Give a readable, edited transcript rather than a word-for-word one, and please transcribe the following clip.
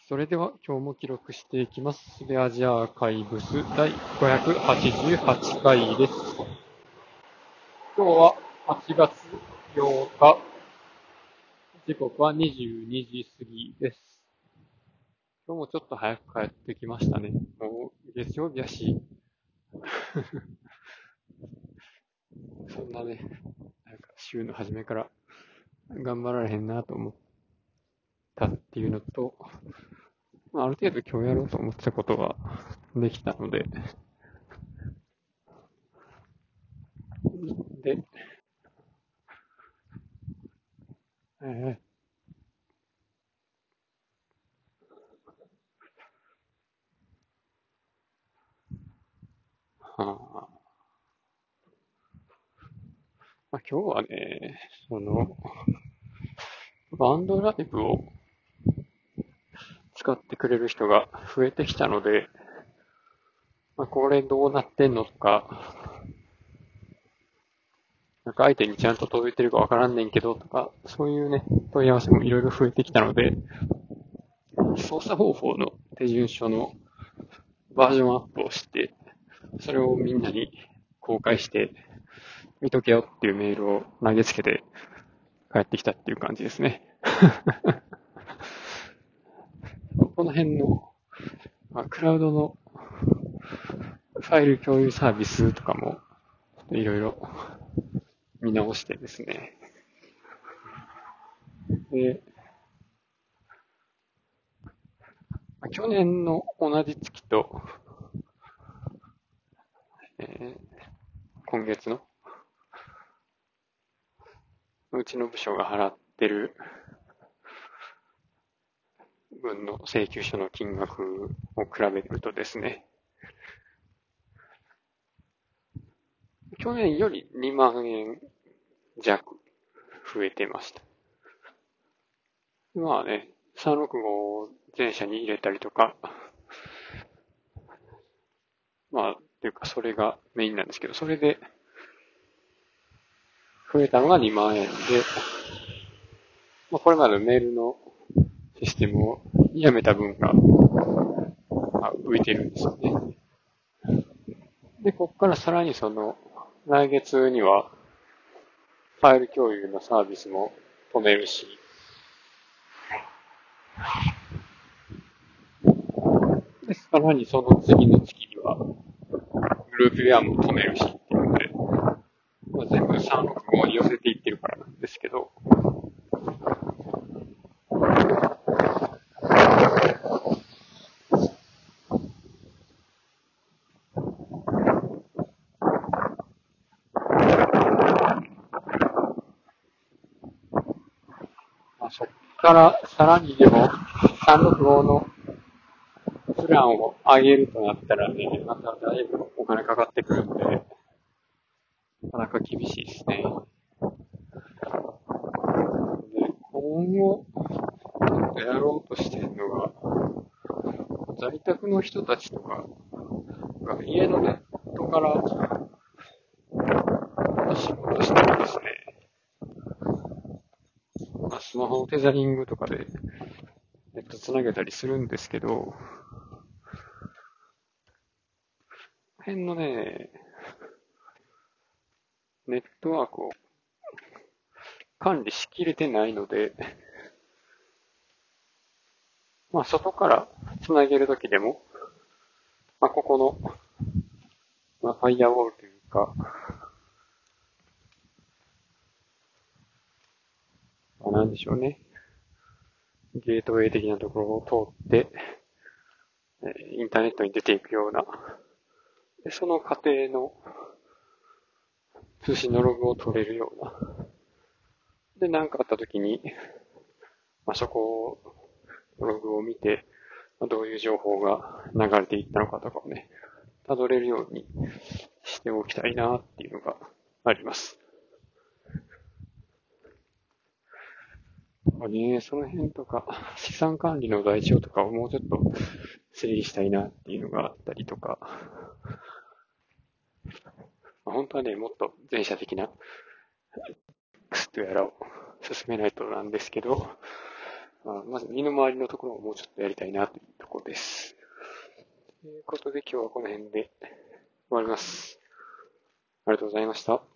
それでは今日も記録していきます。スベアジアーカイブス第588回です。今日は8月8日、時刻は22時過ぎです。今日もちょっと早く帰ってきましたね。もう月曜日やし、そんなね、週の初めから頑張られへんなと思ったっていうのと、ある程度今日やろうと思ってたことができたので、で、えーはあ今日はね、バンドライブを使ってくれる人が増えてきたので、これどうなってんのとか、相手にちゃんと届いてるかわからんねんけどとか、そういうね、問い合わせもいろいろ増えてきたので、操作方法の手順書のバージョンアップをして、それをみんなに公開して見とけよっていうメールを投げつけて帰ってきたっていう感じですね。この辺の、クラウドのファイル共有サービスとかもいろいろ見直してですね。で、去年の同じ月と、えー今月のうちの部署が払ってる分の請求書の金額を比べるとですね、去年より2万円弱増えてました。まあね、365を全社に入れたりとか、っていうかそれがメインなんですけど、それで増えたのが2万円で、これまでのメールのシステムをやめた分が浮いてるんですよね。で、こっからさらに来月にはファイル共有のサービスも止めるし、で、さらにその次の月にはグループウェアも止めるしっていうので、全部365に寄せていってるからなんですけど、そっからさらにでも365のプランを上げるとなったらね、まただいぶお金かかってくるんで、なかなか厳しいですね。で、今後、やろうとしてるのが、在宅の人たちとかが家のネットから仕事してもですね、スマホのテザリングとかでネットつなげたりするんですけど、この辺のね、ネットワークを管理しきれてないので、外からつなげるときでも、ここの、ファイアウォールというか、なんでしょうね。ゲートウェイ的なところを通って、インターネットに出ていくような、でその過程の通信のログを取れるような。で、何かあったときに、そこを、ログを見て、どういう情報が流れていったのかとかをね、辿れるようにしておきたいなっていうのがあります。その辺とか、資産管理の台帳とかをもうちょっと整理したいなっていうのがあったりとか、本当はね、もっと全社的な X とやらを進めないとなんですけど、 まず身の回りのところをもうちょっとやりたいなというところです。ということで今日はこの辺で終わります。ありがとうございました。